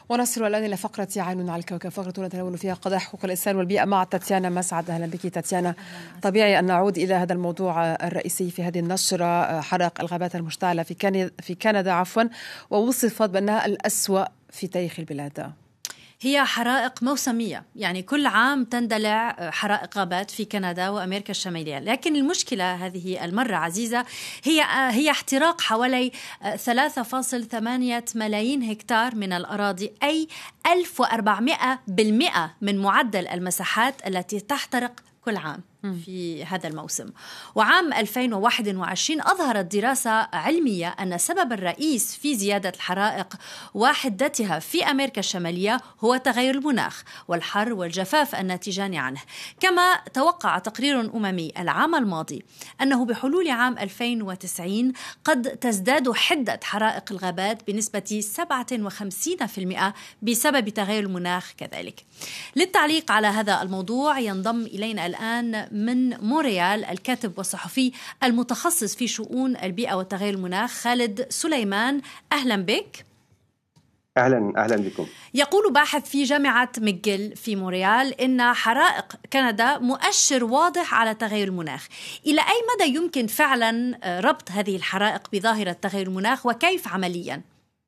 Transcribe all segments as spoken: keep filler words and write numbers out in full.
ونصل الآن إلى فقرة عين على الكوكب، فقرة نتناول فيها قضايا حقوق الإنسان والبيئة مع تاتيانا مسعد. أهلا بك تاتيانا. طبيعي أن نعود إلى هذا الموضوع الرئيسي في هذه النشرة، حرائق الغابات المشتعلة في في كندا عفوا، ووصفت بأنها الأسوأ في تاريخ البلاد. هي حرائق موسمية، يعني كل عام تندلع حرائق غابات في كندا وأمريكا الشمالية، لكن المشكلة هذه المرة عزيزة هي هي احتراق حوالي ثلاثة فاصلة ثمانية ملايين هكتار من الأراضي، أي ألف وأربعمائة بالمئة من معدل المساحات التي تحترق كل عام في هذا الموسم. وعام ألفين وواحد وعشرين أظهرت دراسة علمية أن السبب الرئيس في زيادة الحرائق وحدتها في أمريكا الشمالية هو تغير المناخ والحر والجفاف الناتجان عنه. كما توقع تقرير أممي العام الماضي أنه بحلول عام ألفين وتسعين قد تزداد حدة حرائق الغابات بنسبة سبعة وخمسين بالمئة بسبب تغير المناخ كذلك. للتعليق على هذا الموضوع ينضم إلينا الآن من مونريال الكاتب والصحفي المتخصص في شؤون البيئة والتغير المناخ خالد سليمان. أهلا بك. أهلا أهلا بكم. يقول باحث في جامعة ميغيل في مونريال إن حرائق كندا مؤشر واضح على تغير المناخ. إلى أي مدى يمكن فعلا ربط هذه الحرائق بظاهرة تغير المناخ وكيف عمليا؟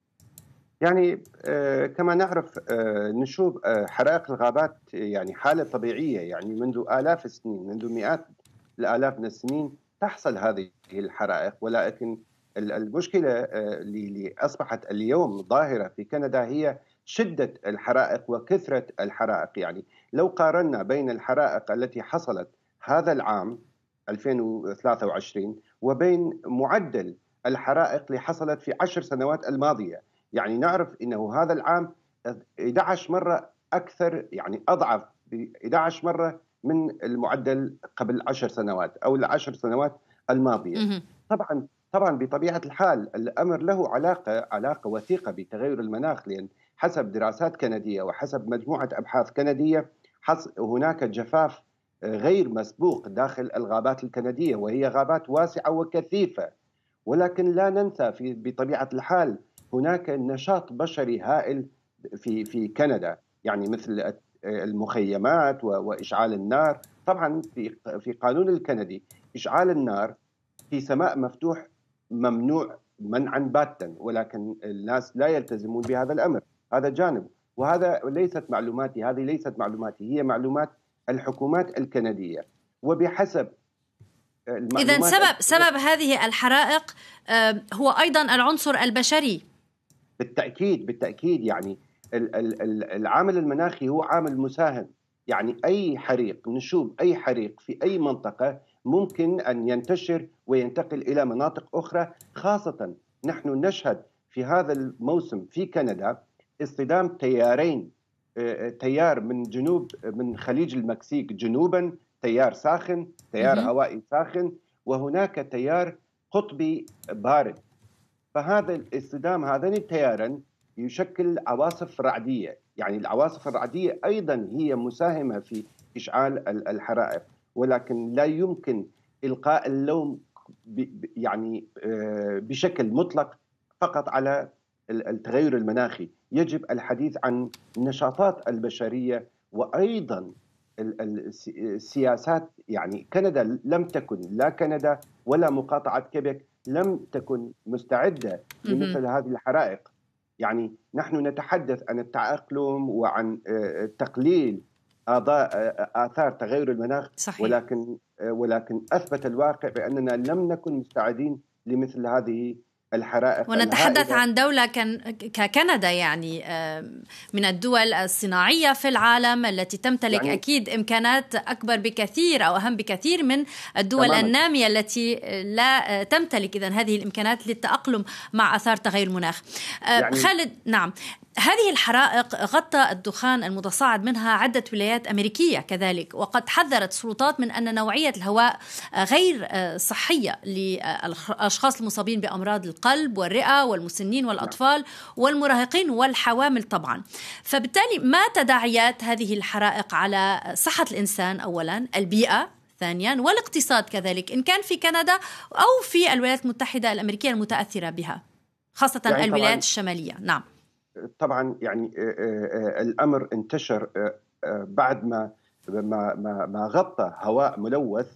يعني آه كما نعرف آه نشوف آه حرائق الغابات يعني حالة طبيعية، يعني منذ آلاف السنين، منذ مئات الآلاف من السنين تحصل هذه الحرائق، ولكن المشكلة آه اللي أصبحت اليوم ظاهرة في كندا هي شدة الحرائق وكثرة الحرائق. يعني لو قارنا بين الحرائق التي حصلت هذا العام ألفين وثلاثة وعشرين وبين معدل الحرائق اللي حصلت في عشر سنوات الماضية، يعني نعرف أنه هذا العام إحدى عشرة مرة أكثر، يعني أضعف ب إحدى عشرة مرة من المعدل قبل عشر سنوات أو العشر سنوات الماضية. طبعا طبعا بطبيعة الحال الأمر له علاقة علاقة وثيقة بتغير المناخ، لأن حسب دراسات كندية وحسب مجموعة أبحاث كندية هناك جفاف غير مسبوق داخل الغابات الكندية، وهي غابات واسعة وكثيفة. ولكن لا ننسى في بطبيعة الحال هناك نشاط بشري هائل في في كندا، يعني مثل المخيمات وإشعال النار. طبعا في في قانون الكندي إشعال النار في سماء مفتوح ممنوع منعا باتا، ولكن الناس لا يلتزمون بهذا الأمر. هذا جانب، وهذا ليست معلوماتي، هذه ليست معلوماتي، هي معلومات الحكومات الكندية. وبحسب إذن سبب سبب هذه الحرائق هو أيضا العنصر البشري. بالتأكيد بالتأكيد، يعني العامل المناخي هو عامل مساهم. يعني أي حريق نشوب أي حريق في أي منطقة ممكن أن ينتشر وينتقل إلى مناطق أخرى، خاصة نحن نشهد في هذا الموسم في كندا اصطدام تيارين، تيار من جنوب من خليج المكسيك جنوبا، تيار ساخن، تيار هوائي ساخن، وهناك تيار قطبي بارد. فهذا الاصطدام هذين التيارين يشكل عواصف رعدية، يعني العواصف الرعدية أيضا هي مساهمة في إشعال الحرائق، ولكن لا يمكن إلقاء اللوم يعني بشكل مطلق فقط على التغير المناخي. يجب الحديث عن النشاطات البشرية وأيضا السياسات. يعني كندا لم تكن، لا كندا ولا مقاطعة كيبك لم تكن مستعدة لمثل هذه الحرائق. يعني نحن نتحدث عن التأقلم وعن تقليل آثار تغير المناخ، صحيح. ولكن ولكن أثبت الواقع بأننا لم نكن مستعدين لمثل هذه الحرائق. ونتحدث عن دولة ككندا، يعني من الدول الصناعية في العالم التي تمتلك يعني أكيد إمكانات أكبر بكثير أو أهم بكثير من الدول تماماً. النامية التي لا تمتلك إذن هذه الإمكانات للتأقلم مع آثار تغير المناخ. يعني خالد، نعم، هذه الحرائق غطى الدخان المتصاعد منها عدة ولايات أمريكية كذلك، وقد حذرت السلطات من أن نوعية الهواء غير صحية للأشخاص المصابين بأمراض القلب والرئة والمسنين والأطفال والمراهقين والحوامل طبعا. فبالتالي ما تداعيات هذه الحرائق على صحة الإنسان أولا، البيئة ثانيا، والاقتصاد كذلك، إن كان في كندا أو في الولايات المتحدة الأمريكية المتأثرة بها، خاصة يعني الولايات الشمالية؟ نعم طبعا يعني الأمر انتشر بعد ما ما ما غطى هواء ملوث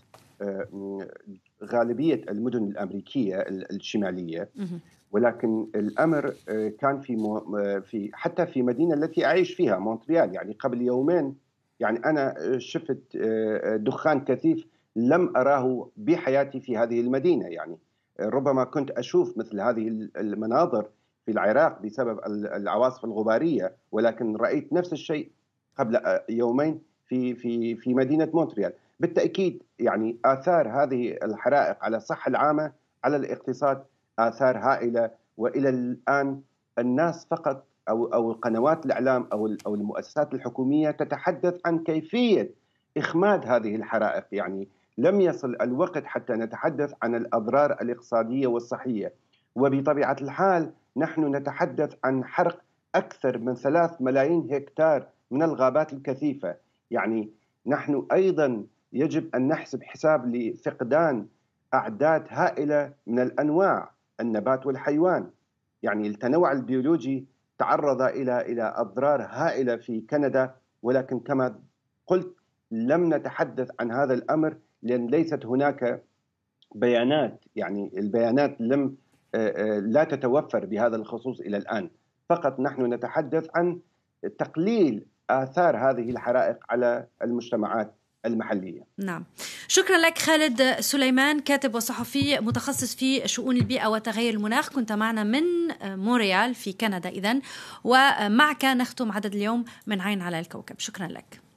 غالبية المدن الأمريكية الشمالية، ولكن الأمر كان في في حتى في مدينة التي أعيش فيها مونتريال. يعني قبل يومين يعني أنا شفت دخان كثيف لم أراه بحياتي في هذه المدينة. يعني ربما كنت أشوف مثل هذه المناظر في العراق بسبب العواصف الغبارية، ولكن رأيت نفس الشيء قبل يومين في في في مدينة مونتريال. بالتأكيد يعني آثار هذه الحرائق على الصحة العامة، على الاقتصاد، آثار هائلة. وإلى الآن الناس فقط أو أو قنوات الإعلام أو أو المؤسسات الحكومية تتحدث عن كيفية إخماد هذه الحرائق. يعني لم يصل الوقت حتى نتحدث عن الأضرار الاقتصادية والصحية. وبطبيعة الحال نحن نتحدث عن حرق أكثر من ثلاث ملايين هكتار من الغابات الكثيفة. يعني نحن أيضا يجب أن نحسب حساب لفقدان أعداد هائلة من الأنواع، النبات والحيوان. يعني التنوع البيولوجي تعرض إلى إلى أضرار هائلة في كندا، ولكن كما قلت لم نتحدث عن هذا الأمر لأن ليست هناك بيانات. يعني البيانات لم لا تتوفر بهذا الخصوص إلى الآن. فقط نحن نتحدث عن تقليل آثار هذه الحرائق على المجتمعات المحلية. نعم، شكرا لك خالد سليمان، كاتب وصحفي متخصص في شؤون البيئة وتغير المناخ، كنت معنا من مونريال في كندا إذن، ومعك نختم عدد اليوم من عين على الكوكب. شكرا لك.